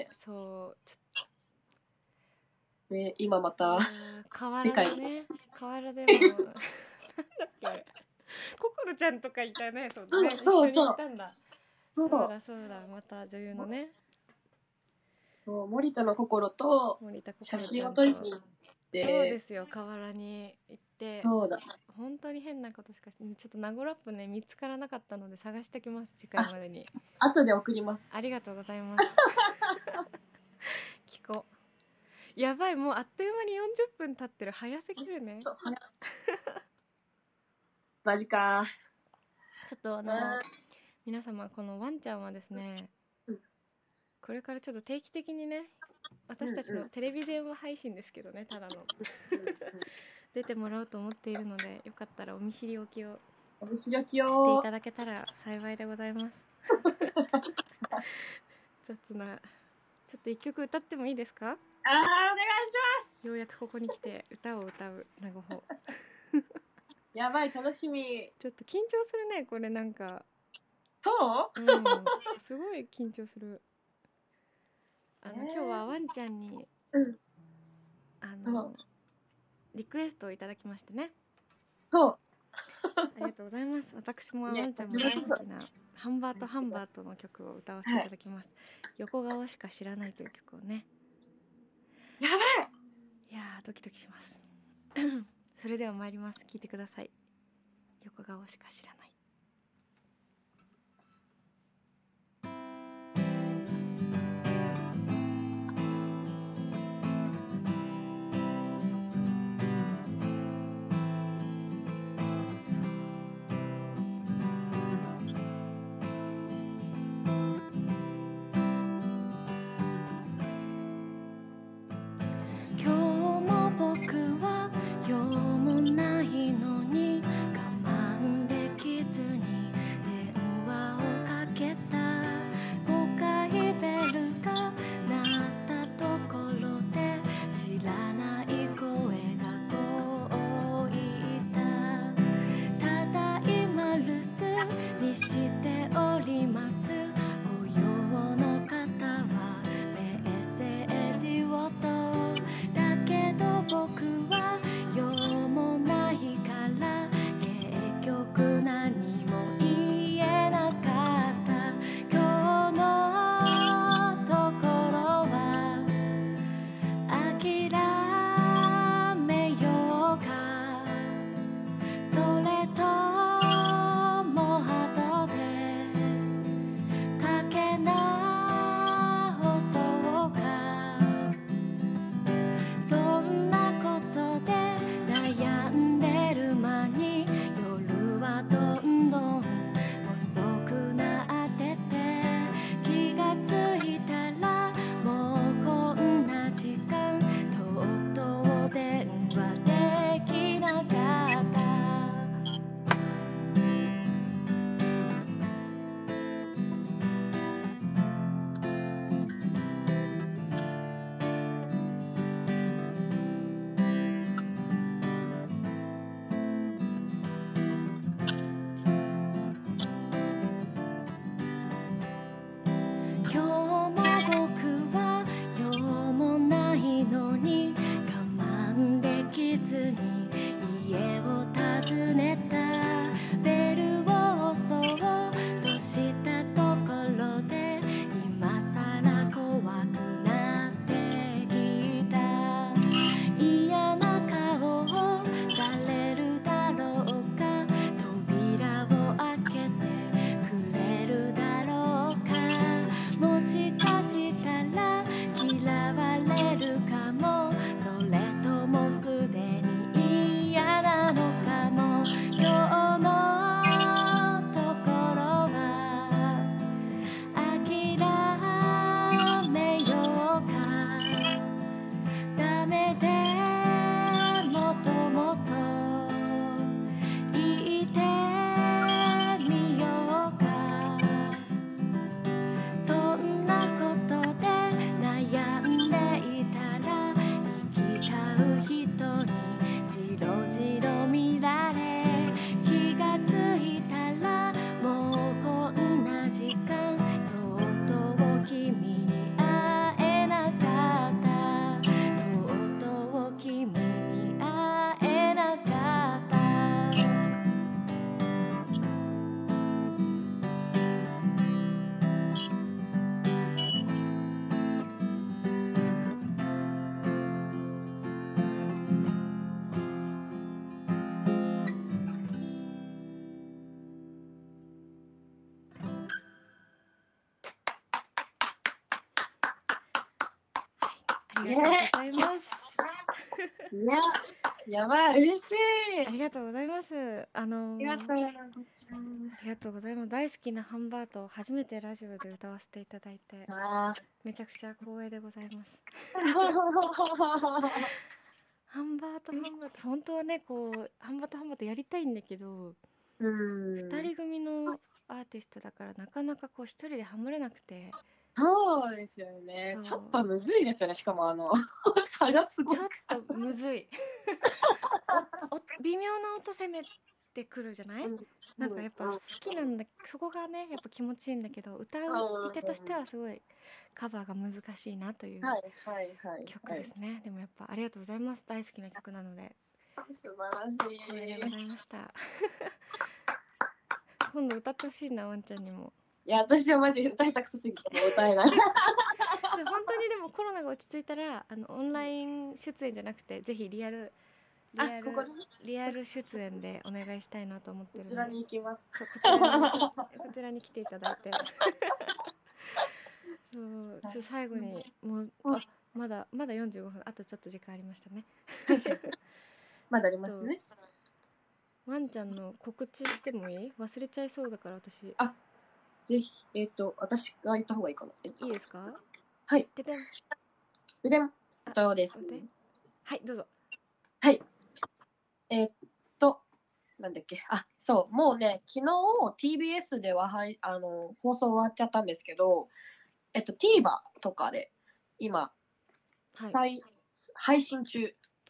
そうちょっとで今また河原でね、河原でもなんだっけ、ココロちゃんとかいたね。そうね、 そうそう一緒に行ったんだ。 そうそうだそうだ、また女優のね、 そう森田の心と写真を撮りに行って、 そうですよ、河原に行って、 そうだ本当に変なことしかして、ちょっとナゴラップね見つからなかったので探してきます、次回までに。 あ後で送ります。 ありがとうございます聞こう。やばい、もうあっという間によんじゅっぷん経ってる。早すぎるね。そう早マジか。 ちょっとあの皆様、このワンちゃんはですね、うん、これからちょっと定期的にね、私たちのテレビ電話配信ですけどね、ただの出てもらおうと思っているので、よかったらお見知りおきをお見知りおきをしていただけたら幸いでございます雑な。ちょっと一曲歌ってもいいですか？ あー、お願いします。 ようやくここに来て歌を歌うなごほやばい、楽しみ。 ちょっと緊張するね、これなんか。 そう？ うん、すごい緊張する。あの、えー、今日はワンちゃんに、うん、あのリクエストをいただきましてね。 そうありがとうございます。私もワンちゃんも大好きなハンバートハンバートの曲を歌わせていただきます、はい、横顔しか知らないという曲をね。 やばい、 いやードキドキしますそれでは参ります。聞いてください。横顔しか知らない。 しております。ご用の方はメッセージをと。だけど僕は用もないから結局何も言えなかった。今日のところは諦めようか、それとも後でかけ直そうか。そんなことで悩んでる間に夜はどんどん遅くなってて、気がついたらもうこんな時間、とうとう電話できなかった。今日も僕は用もないのに我慢できずに家を訪ねた。ベルを押そうとしたところで今さら怖くなってきた。嫌な顔をされるだろうか、扉を開けてくれるだろうか。もしかしたら嫌われるかも、それともすでに嫌なのかも。今日のところは諦めようか。ダメでもっともっと言ってみようか。そんなことで悩んでいたら行き交う人にじろじろ見られ、気がついたらもうこんな時間、とうとう君に会えなかった。とうとう君に会えなかった。ありがとうございます。 いや、やばい、嬉しい。 ありがとうございます。あのーありがとうございます。 ありがとうございます。大好きなハンバートを初めてラジオで歌わせていただいて、 あめちゃくちゃ光栄でございます。 ーハンバートハンバート、本当はね、こうハンバートハンバートやりたいんだけど、 うんふたり組のアーティストだからなかなかこう一人でハモれなくて、 そうですよね。 そうちょっとむずいですよね。しかもあの差がすごい。 ちょっとむずいおお微妙な音攻めてくるじゃない、 うんなんかやっぱ好きなんだ、そこがねやっぱ気持ちいいんだけど、歌う手としてはすごいカバーが難しいなというはいはいはい。 曲ですね。でもやっぱありがとうございます。大好きな曲なので素晴らし光栄でい。 ございました今度歌ってほしいな、ワンちゃんにも。 いや、私はマジ歌いたくそすぎてもう歌えない。 じゃあ本当にでもコロナが落ち着いたらあのオンライン出演じゃなくてぜひリアルリアルあここでリアル出演でお願いしたいなと思ってるので、 こちらに行きます。 そうこちらにこちらに来ていただいてそうちょっと最後にもうあまだまだよんじゅうごふん、あとちょっと時間ありましたねまだありますね。 ワンちゃんの告知してもいい？忘れちゃいそうだから私。 あ、ぜひえっ、ー、と私が言った方がいいかな。えっと、 いいですか？ はい。 ででんででんそうです。 はいどうぞ。 はい。えっとなんだっけ、あ、そうもうね昨日 ティービーエス でははいあの放送終わっちゃったんですけど、えっと TVer とかで今、 はい、 再配信中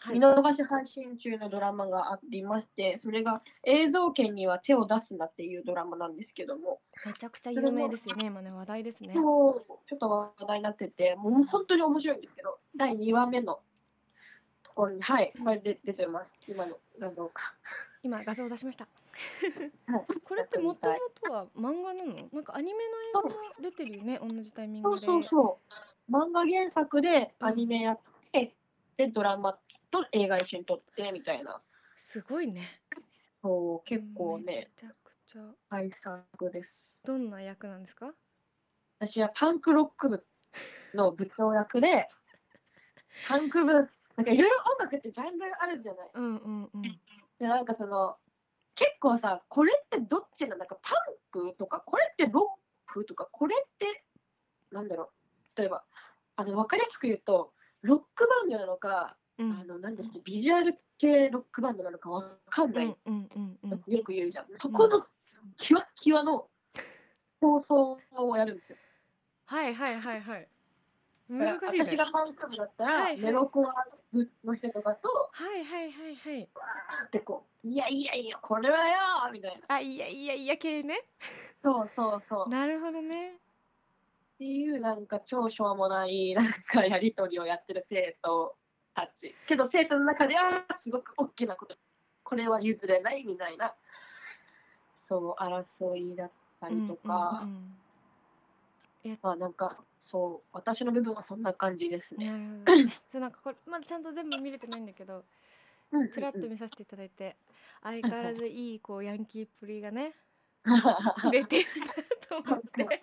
はい見逃し配信中のドラマがありまして、それが映像権には手を出すなっていうドラマなんですけども、 めちゃくちゃ有名ですよね今ね、話題ですね。 そうちょっと話題になってて、もう本当に面白いんですけど、だいにわめのところに、はい、これで出てます。今の画像か。 今画像を出しましたはいこれってもともとは漫画なの？なんかアニメの映画も出てるよね、同じタイミングで。 そうそうそう。漫画原作でアニメやって、でドラマと映画一緒に撮ってみたいな。 すごいね。 そう結構ねめちゃくちゃ。 大作です。 どんな役なんですか？ 私はパンクロック部の部長役で、パンク部、なんかいろいろ音楽ってジャンルあるじゃない。 うんうんうん。 で、なんかその、結構さ、これってどっちなの？なんかパンクとか、これってロックとか、これって、なんだろう。例えば、あの、わかりやすく言うと、ロックバンドなのか、 うんあの、なんだっけ、ビジュアル系ロックバンドなのかわかんない。 うんうんうんうん。 よく言うじゃん。そこのキワッキワの放送をやるんですよ。 はいはいはいはい。難しいね。 私がパンク部だったら、 はいはいメロコアの人とかと、 はいはいはいはい。 ってこう、いやいやいや、これはよーみたいな。 あ、いやいやいや系ね。 そうそうそう。 なるほどね。 っていうなんか超しょうもないなんかやりとりをやってる生徒たち。けど生徒の中ではすごく大きなこと、これは譲れないみたいな、そう争いだったりとか、 うんうんうんまあなんかそう私の部分はそんな感じですね。 なるほど。そうなんかこれまだちゃんと全部見れてないんだけど、 うんうんうんちらっと見させていただいて、相変わらずいいこうヤンキーっぷりがね出てるなと思って。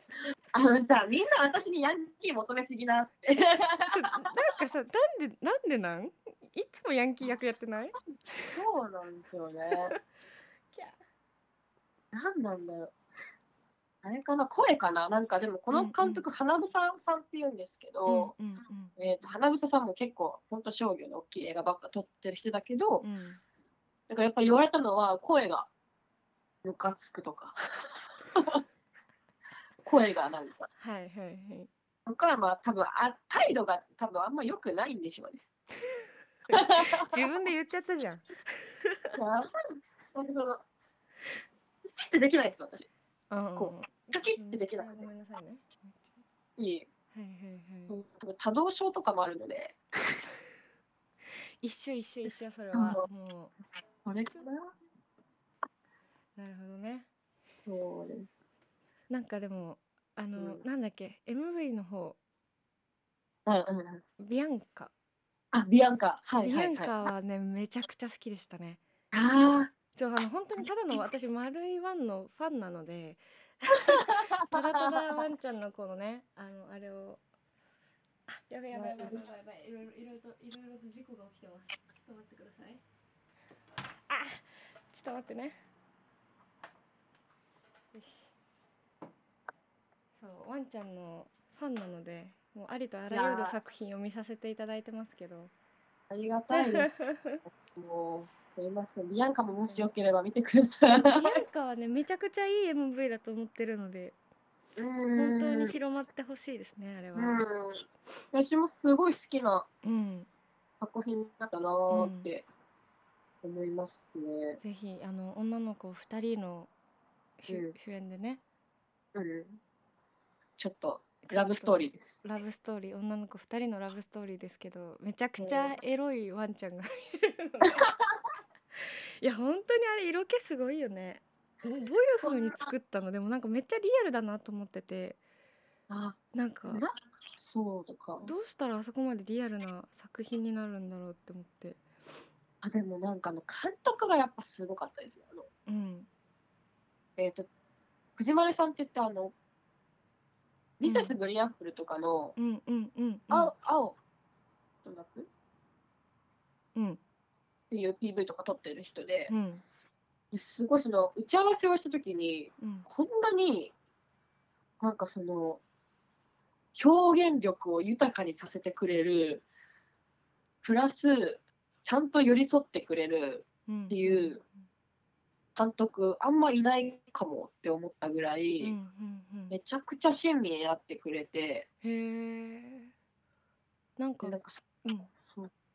あのさ、みんな私にヤンキー求めすぎなって。 そうなんかさ、なんでなんでなん？いつもヤンキー役やってない？ そうなんですよね。 キャなんなんだろう。あれかな、声かな、なんかでもこの監督、花房さんって言うんですけど、 うんうんえーと花房さんも結構本当商業の大きい映画ばっか撮ってる人だけど、 うんうんだからやっぱり言われたのは声がムカつくとか声がなんかはいはいはいとか、まあ多分あ態度が多分あんま良くないんでしょうね。 自分で言っちゃったじゃん。 なんかそのチってできないんですよ私。 うんこうチキってできない。 ごめんなさいね。 いい。 はいはいはい。 多分多動症とかもあるので。 一緒一緒一緒それはもう。 これかな。 なるほどね。 そうです。 なんかでもあの、 うん、 なんだっけ エムブイ の方、 うんうん、 ビアンカ。 あ、ビアンカ、はいはいはい。 ビアンカはねめちゃくちゃ好きでしたね。 ああ。 そうあの本当にただの私丸いワンのファンなのでただただワンちゃんのこのねあのあれをあやべやべやべやべやべやべいろいろいろいろといろいろと事故が起きてます。ちょっと待ってください。あちょっと待ってね。よし。そうワンちゃんのファンなのでもうありとあらゆる作品を見させていただいてますけどありがたいです。もうすいません、ビアンカももしよければ見てください。 ビアンカはねめちゃくちゃいい エムブイ だと思ってるので本当に広まってほしいですねあれは。うん、 私もすごい好きなうん作品だったなーって思いますね。 うん、ぜひあの女の子ふたりの主、うん、主演でね、 うん、ちょっとラブストーリーです。 ラブストーリー女の子ふたりのラブストーリーですけどめちゃくちゃエロいワンちゃんがいるのでいや本当にあれ色気すごいよね。どういう風に作ったの？でもなんかめっちゃリアルだなと思ってて、 あなんかそうとかどうしたらあそこまでリアルな作品になるんだろうって思って。 あでもなんかあの監督がやっぱすごかったですよ。あの、 うん、 えっ、ー、と藤丸さんって言ってあのミセスグリアンフルとかの、 うんうんうんうん、 青青と夏、 うん、 っていう ピーブイ とか撮ってる人で、 うん、 すごいその打ち合わせをした時に、 うん、 こんなになんかその表現力を豊かにさせてくれるプラスちゃんと寄り添ってくれるっていう監督あんまいないかもって思ったぐらい、うんうんうん、めちゃくちゃ親身になってくれて、 へーなんかなんか、うん、 そう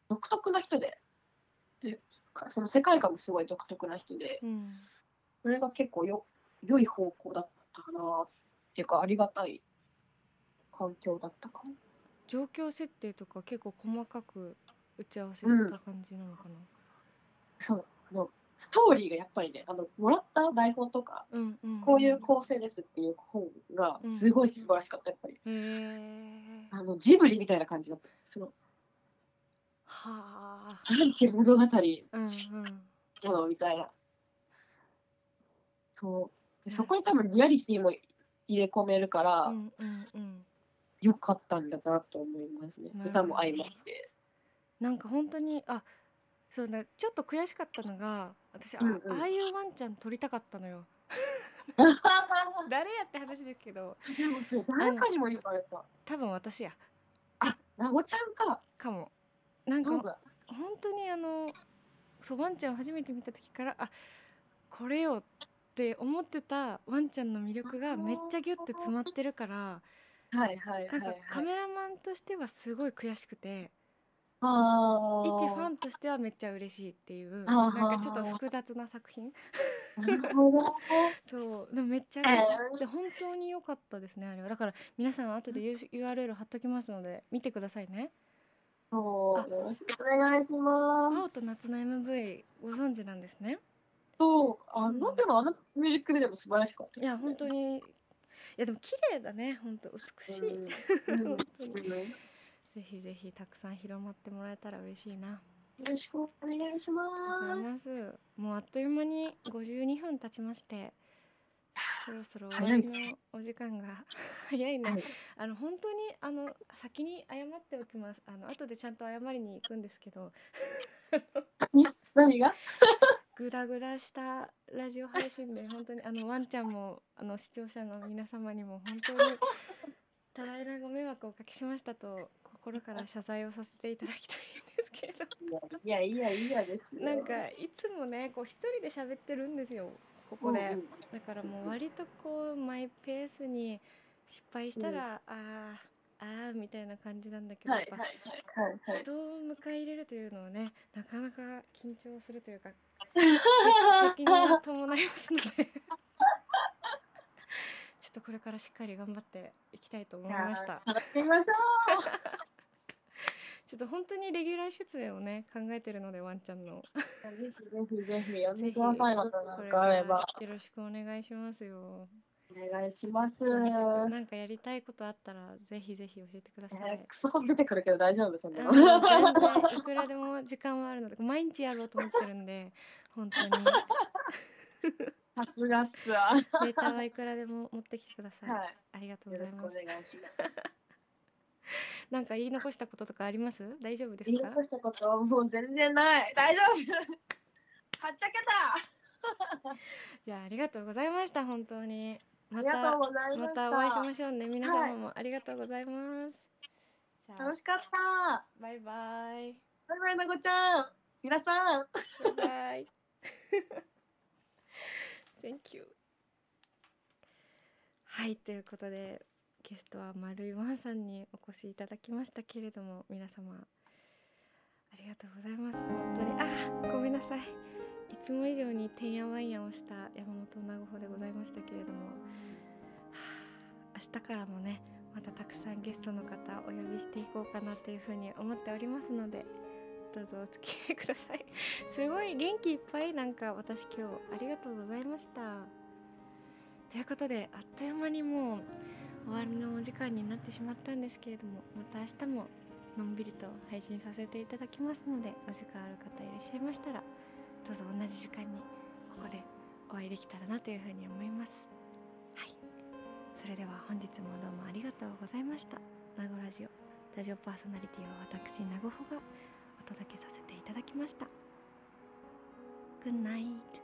独特な人で、でその世界観がすごい独特な人で、 うん、 それが結構よ良い方向だったかなっていうか、ありがたい環境だったかも。 状況設定とか結構細かく打ち合わせした感じなのかな。 そうあのストーリーがやっぱりね、あのもらった台本とか、 うんうんうん、 こういう構成ですっていう本がすごい素晴らしかった、やっぱり。 へえ。 あのジブリみたいな感じだった。そのはあ。 なんて物語、 うんうん。 なのみたいな。そうでそこに多分リアリティも入れ込めるから、 うんうんうん、 よかったんだなと思いますね。歌も相まって。なんか本当にあそうだ、ちょっと悔しかったのが私、うんうん、あ, ああいうワンちゃん撮りたかったのよ。誰やって話ですけど、 でもそれ誰かにも言われた。 多分私や。 あ、なごちゃんか。 かも。なんか本当にあのそうワンちゃんを初めて見た時からあこれよって思ってたワンちゃんの魅力がめっちゃギュッて詰まってるから、 はいはいはいはい、 なんかカメラマンとしてはすごい悔しくて、 あ一ファンとしてはめっちゃ嬉しいっていう、なんかちょっと複雑な作品。 なるほど。 そうでもめっちゃ良くて本当に良かったですね、あれは。だから皆さん後で ユーアールエル 貼っときますので見てくださいね。 そうよろしくお願いします。 青と夏の エムブイ ご存知なんですね。 そうあのでもあのミュージックビデオも素晴らしかったです、ね。いや本当に、いやでも綺麗だね、本当美しい。本当にぜひぜひたくさん広まってもらえたら嬉しいな。よろしくお願いします。 もうあっという間にごじゅうにふん経ちまして、そろそろ終わりのお時間が早いね。はい、あの本当にあの先に謝っておきます。あの後でちゃんと謝りに行くんですけど。 何が？ グダグダしたラジオ配信で本当にあのワンちゃんもあの視聴者の皆様にも本当に多大なご迷惑をおかけしましたと心から謝罪をさせていただきたいんですけど。 いやいやいやですよ。 なんかいつもねこう一人で喋ってるんですよここで、うんうん、だからもう割とこうマイペースに失敗したら、うん、あーあーみたいな感じなんだけど、はいはいはい、人を迎え入れるというのはねなかなか緊張するというか責任が伴いますのでちょっとこれからしっかり頑張っていきたいと思いました。 やってみましょう。 ちょっと本当にレギュラー出演をね考えてるのでワンちゃんのぜひぜひぜひやってください。またなんかあればよろしくお願いしますよ。 お願いします。 なんかやりたいことあったらぜひぜひ教えてください。 えー、クソ出てくるけど大丈夫そんなの。 全然いくらでも時間はあるので毎日やろうと思ってるんで本当に。 さすがっすわ。 ネタはいくらでも持ってきてください。はい、ありがとうございます。 よろしくお願いします。 なんか言い残したこととかあります？大丈夫ですか？ 言い残したこともう全然ない。大丈夫。はっちゃけた。 じゃあありがとうございました本当に。 またまたお会いしましょうね。皆様もありがとうございます。 はい、楽しかった。 バイバイ。 バイバイなごちゃん。皆さん。 バイバイ。Thank you。はいということでゲストは丸いワンさんにお越しいただきましたけれども皆様ありがとうございます。本当にあごめんなさい。いつも以上にてんやわんやをした山本なごほでございましたけれども、はあ、明日からもねまたたくさんゲストの方お呼びしていこうかなというふうに思っておりますのでどうぞお付き合いください。すごい元気いっぱいなんか私今日ありがとうございました。ということであっという間にもう終わりのお時間になってしまったんですけれどもまた明日ものんびりと配信させていただきますのでお時間ある方いらっしゃいましたらどうぞ同じ時間にここでお会いできたらなというふうに思います。はい、それでは本日もどうもありがとうございました。なごラジオラジオパーソナリティは私なごほがお届けさせていただきました。Good night。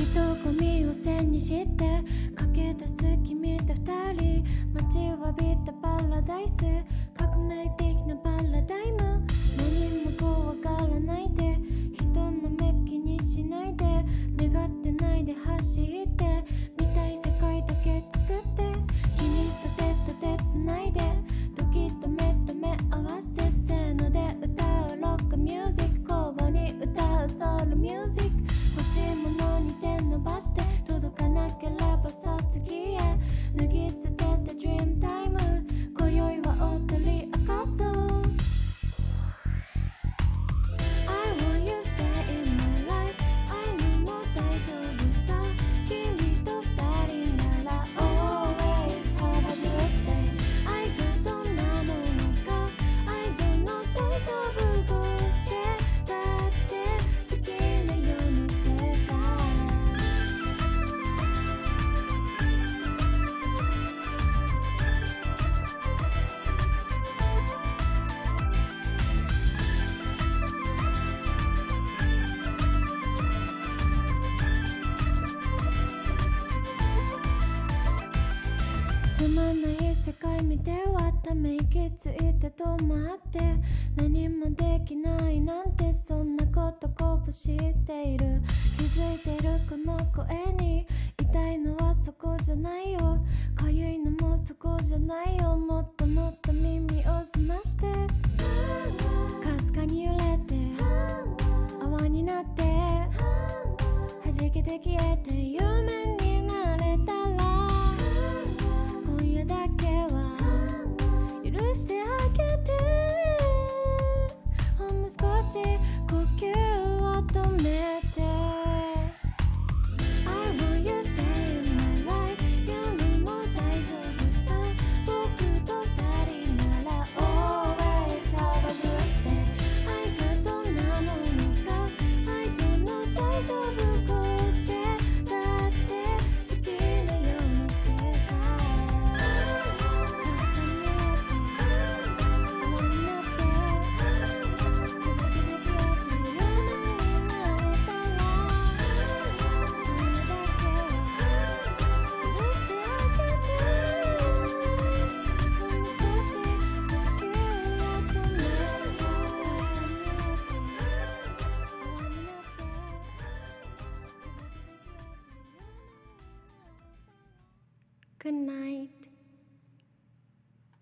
人混みを背にして駆け出す君と二人、待ちわびたパラダイス、革命的なパラダイム。何も怖がらないで、人の目気にしないで、願ってないで走って見たい世界だけ作って、君と手と手つないで時と目と目合わせて、せーので歌うロックミュージック、交互に歌うソウルミュージック。欲しいものに手伸ばして届かなければさあ次へ、脱ぎ捨てた Dream Time、 今宵は踊り明かそう。 I want you stay in my life、 I know もう大丈夫さ、君と二人なら Always have a good day。 愛がどんなものか I don't know、 大丈夫こうしてだって好きなようにしてさ。つまんない世界見てはため息ついて止まって、何もできないなんてそんなことこぼしている。気づいてるこの声に、痛いのはそこじゃないよ、かゆいのもそこじゃないよ、もっともっと耳を澄まして、かすかに揺れて泡になって弾けて消えて夢になれたら、今夜だけは許してあげて、ほんの少し呼吸を止めて。 I want you stay in my life、 夜も大丈夫さ、僕と二人なら Always have a good day。 愛がどんなものか I don't know、 大丈夫こうしてだって好きなようにしてさ。かすかに揺れて泡になって弾けて消えて夢になれたら、今夜だけは許してあげて、ほんの少し呼吸を止めて。かすかに揺れて泡になって弾けて消えて夢になれたら、今夜だけは許してあげて、ほんの少し呼吸を止めて。 Good night.